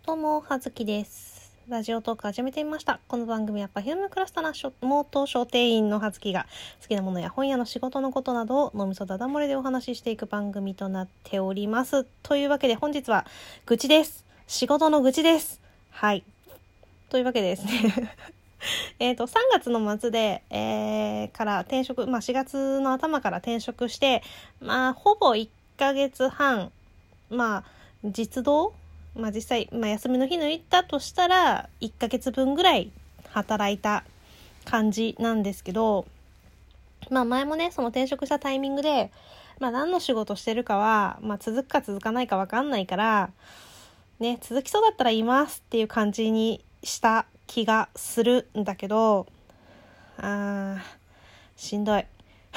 どうも、はずきです。ラジオトーク始めてみました。この番組はPerfumeクラスターな元商店員のはずきが好きなものや本屋の仕事のことなどを脳みそだだ漏れでお話ししていく番組となっております。というわけで本日は愚痴です。仕事の愚痴です。はい。というわけでですね3月の末で、から転職、4月の頭から転職して、ほぼ1ヶ月半、実動実際、休みの日抜いたとしたら1ヶ月分ぐらい働いた感じなんですけど、前もねその転職したタイミングで、何の仕事してるかは、続くか続かないか分かんないからね、続きそうだったら言いますっていう感じにした気がするんだけど、しんどい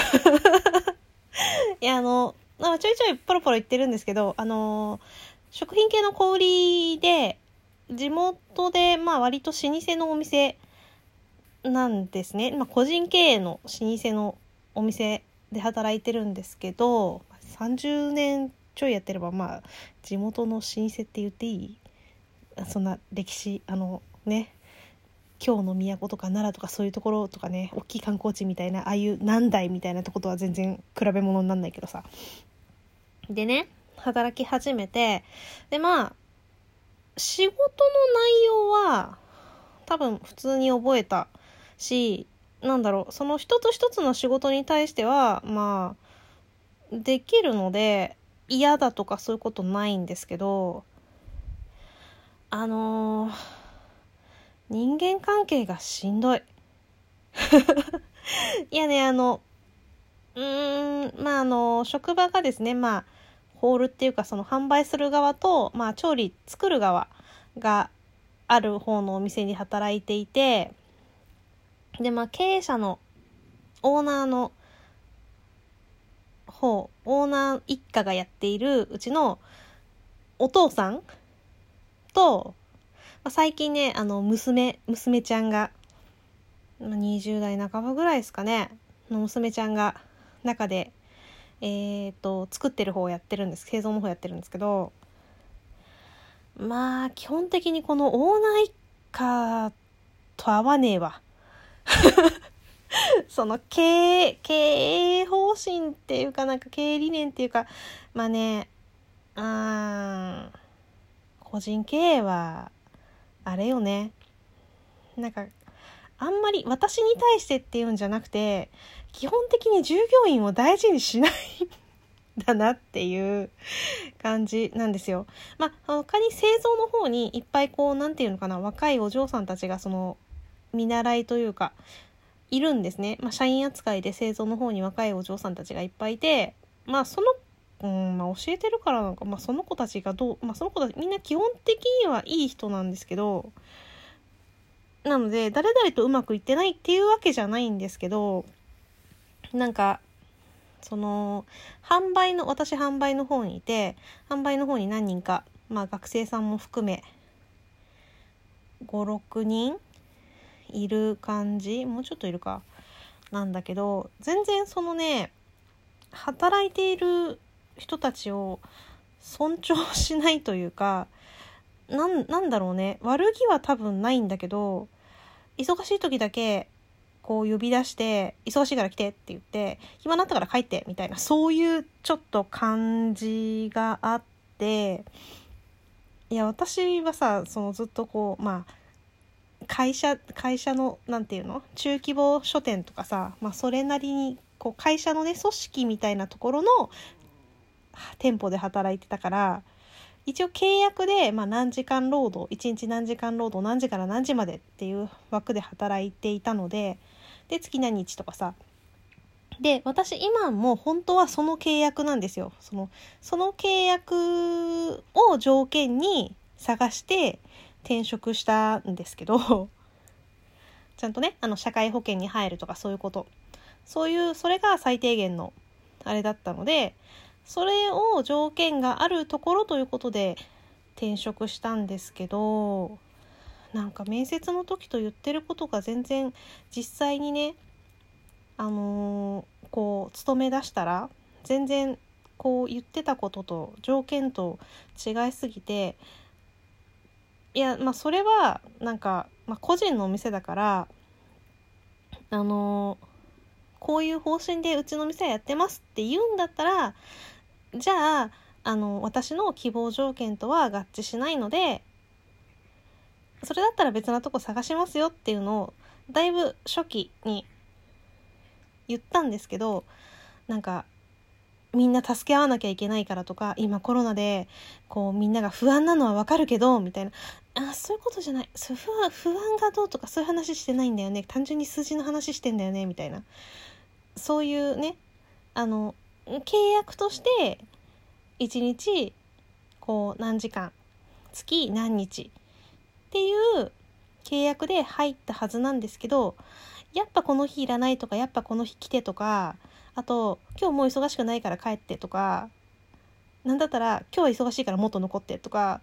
いやちょいちょいポロポロ言ってるんですけど、食品系の小売りで地元で割と老舗のお店なんですね。個人経営の老舗のお店で働いてるんですけど、30年ちょいやってれば地元の老舗って言っていい？そんな歴史京の都とか奈良とかそういうところとかね、大きい観光地みたいなああいう何代みたいなとことは全然比べ物になんないけどさ。でね、働き始めて、で仕事の内容は多分普通に覚えたし、その一つ一つの仕事に対してはできるので嫌だとかそういうことないんですけど、人間関係がしんどいいやね、職場がですね、ホールっていうかその販売する側と、調理作る側がある方のお店に働いていて、で経営者のオーナーの方、オーナー一家がやっているうちのお父さんと、最近ね娘ちゃんが20代半ばぐらいですかねの娘ちゃんが中で作ってる方をやってるんです。製造の方やってるんですけど、基本的にこのオーナー一家と合わねえわその経営方針っていうか経営理念っていうか個人経営はあれよね、あんまり私に対してっていうんじゃなくて、基本的に従業員を大事にしないだなっていう感じなんですよ。他に製造の方にいっぱい若いお嬢さんたちがその見習いというかいるんですね。社員扱いで製造の方に若いお嬢さんたちがいっぱいいて、その教えてるからその子たちがその子たちみんな基本的にはいい人なんですけど、なので誰々とうまくいってないっていうわけじゃないんですけど、その私販売の方にいて、販売の方に何人か学生さんも含め5、6人いる感じ、もうちょっといるかなんだけど、全然そのね働いている人たちを尊重しないというか、なんだろうね、悪気は多分ないんだけど、忙しい時だけこう呼び出して忙しいから来てって言って暇になったから帰ってみたいな、そういうちょっと感じがあって、いや私はさそのずっと会社の中規模書店とかさ、それなりに会社のね組織みたいなところの店舗で働いてたから、一応契約で、何時間労働、1日何時間労働、何時から何時までっていう枠で働いていたので、月何日とかさで、私今も本当はその契約なんですよ。その契約を条件に探して転職したんですけどちゃんとね社会保険に入るとかそういうこと、それが最低限のあれだったので、それを条件があるところということで転職したんですけど、面接の時と言ってることが全然実際にね勤め出したら全然言ってたことと条件と違いすぎて、 いやそれはなんか、個人のお店だからこういう方針でうちの店はやってますって言うんだったら、じゃあ私の希望条件とは合致しないので、それだったら別なとこ探しますよっていうのをだいぶ初期に言ったんですけど、なんかみんな助け合わなきゃいけないからとか、今コロナでこうみんなが不安なのはわかるけどみたいな、そういうことじゃない、不安がどうとかそういう話してないんだよね、単純に数字の話してんだよねみたいな、そういうね、契約として1日こう何時間、月何日っていう契約で入ったはずなんですけど、やっぱこの日いらないとか、やっぱこの日来てとか、あと今日もう忙しくないから帰ってとか、なんだったら今日は忙しいからもっと残ってとか、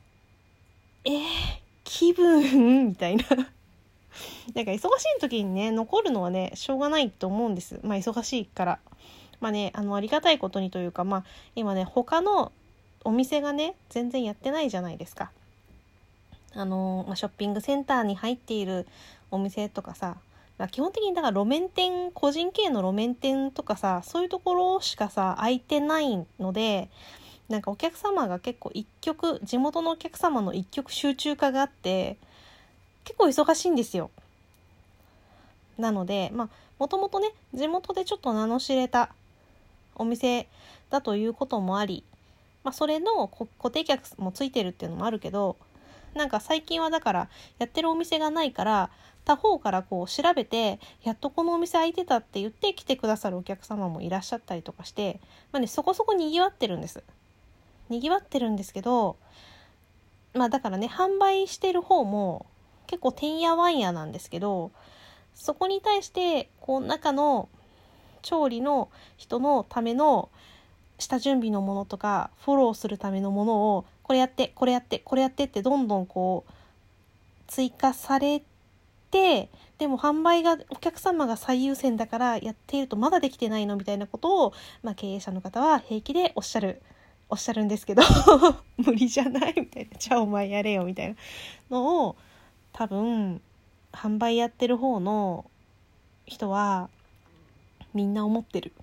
気分みたいななんか忙しい時にね残るのはねしょうがないと思うんです。忙しいからありがたいことにというか、今ね他のお店がね全然やってないじゃないですか。ショッピングセンターに入っているお店とかさ、基本的にだから路面店、個人経営の路面店とかさ、そういうところしかさ空いてないので、なんかお客様が結構地元のお客様の一極集中化があって結構忙しいんですよ。なのでもともとね地元でちょっと名の知れたお店だということもあり、それの固定客もついてるっていうのもあるけど、なんか最近はだからやってるお店がないから他方からこう調べてやっとこのお店開いてたって言って来てくださるお客様もいらっしゃったりとかして、そこそこにぎわってるんです。にぎわってるんですけど、だからね販売してる方も結構てんやわんやなんですけど、そこに対してこう中の調理の人のための下準備のものとかフォローするためのものをこれやってこれやってこれやってってどんどんこう追加されて、でも販売がお客様が最優先だからやっているとまだできてないのみたいなことを、経営者の方は平気でおっしゃるんですけど無理じゃないみたいな、じゃあお前やれよみたいなのを多分販売やってる方の人はみんな思ってる。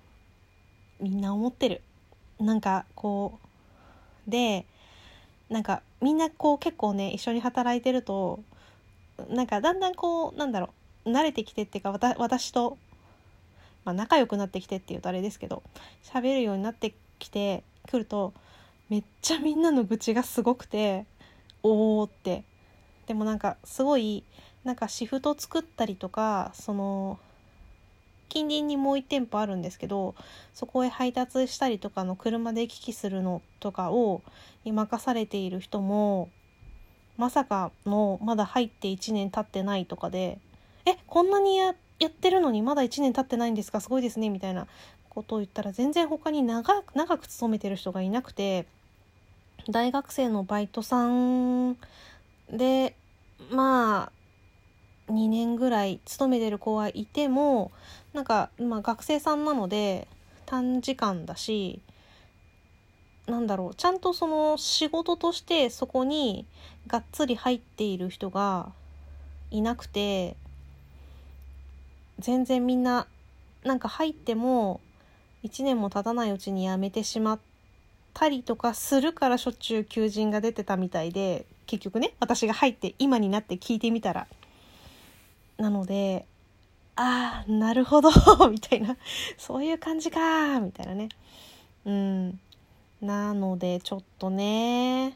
なんかこうで、なんかみんなこう結構ね一緒に働いてるとなんかだんだんこう慣れてきてっていうか、私と、仲良くなってきてっていうとあれですけど、喋るようになってきてくるとめっちゃみんなの愚痴がすごくて、おーって。でもなんかすごいシフト作ったりとか、その近隣にもう1店舗あるんですけど、そこへ配達したりとかの車で行き来するのとかを任されている人もまさかのまだ入って1年経ってないとかで、こんなにやってるのにまだ1年経ってないんですか、すごいですねみたいなことを言ったら、全然他に長く勤めてる人がいなくて、大学生のバイトさんで2年ぐらい勤めてる子はいても、学生さんなので短時間だし、ちゃんとその仕事としてそこにがっつり入っている人がいなくて、全然みんな入っても1年も経たないうちに辞めてしまったりとかするから、しょっちゅう求人が出てたみたいで、結局ね私が入って今になって聞いてみたら、なのでなるほどみたいな、そういう感じかみたいなね。なのでちょっとね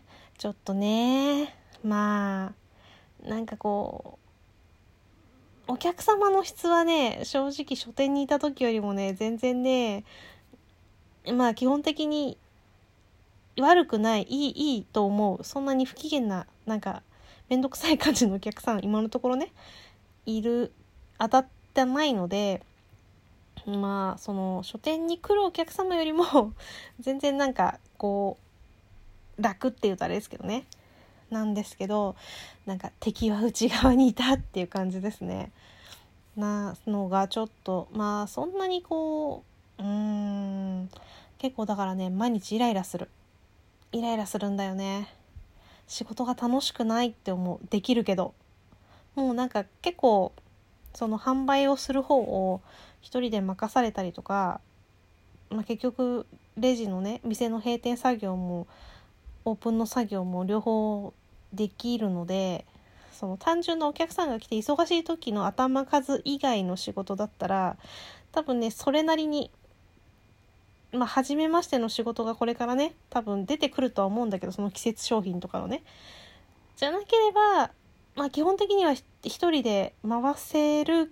こうお客様の質はね、正直書店にいた時よりもね全然ね、基本的に悪くない、いいと思う。そんなに不機嫌なめんどくさい感じのお客さん今のところね当たってないので、その書店に来るお客様よりも全然こう楽って言うとあれですけどね、なんですけど、敵は内側にいたっていう感じですね。なのがちょっとそんなにこう結構だからね毎日イライラするんだよね。 仕事が楽しくないって思う。できるけどもうなんか結構その販売をする方を一人で任されたりとか、結局レジのね、店の閉店作業もオープンの作業も両方できるので、その単純なお客さんが来て忙しい時の頭数以外の仕事だったら多分ね、それなりに初めましての仕事がこれからね多分出てくるとは思うんだけど、その季節商品とかのねじゃなければ基本的には一人で回せる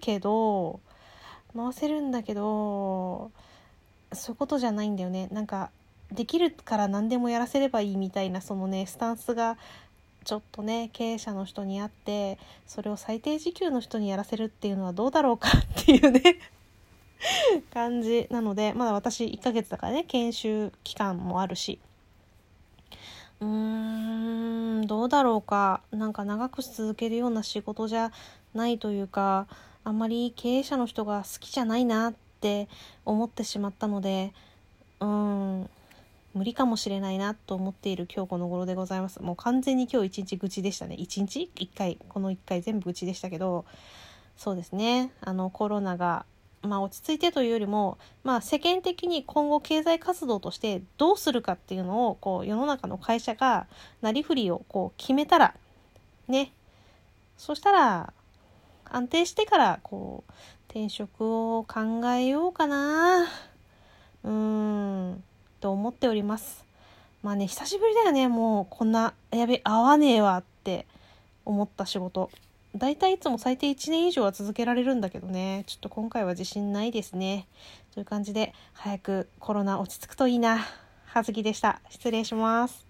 んだけど、そういうことじゃないんだよね。なんかできるから何でもやらせればいいみたいなそのねスタンスがちょっとね経営者の人にあって、それを最低時給の人にやらせるっていうのはどうだろうかっていうね感じなので、まだ私1ヶ月だからね、研修期間もあるし、どうだろうか。なんか長く続けるような仕事じゃないというか、あんまり経営者の人が好きじゃないなって思ってしまったので、無理かもしれないなと思っている今日この頃でございます。もう完全に今日一日愚痴でしたね。一日一回、この1回全部愚痴でしたけど、そうですね、コロナが落ち着いてというよりも、世間的に今後経済活動としてどうするかっていうのを世の中の会社がなりふりを決めたらね、そしたら安定してから転職を考えようかなと思っております。久しぶりだよね。もうこんな合わねえわって思った仕事。だいたいいつも最低1年以上は続けられるんだけどね、ちょっと今回は自信ないですね。という感じで早くコロナ落ち着くといいな。はずきでした。失礼します。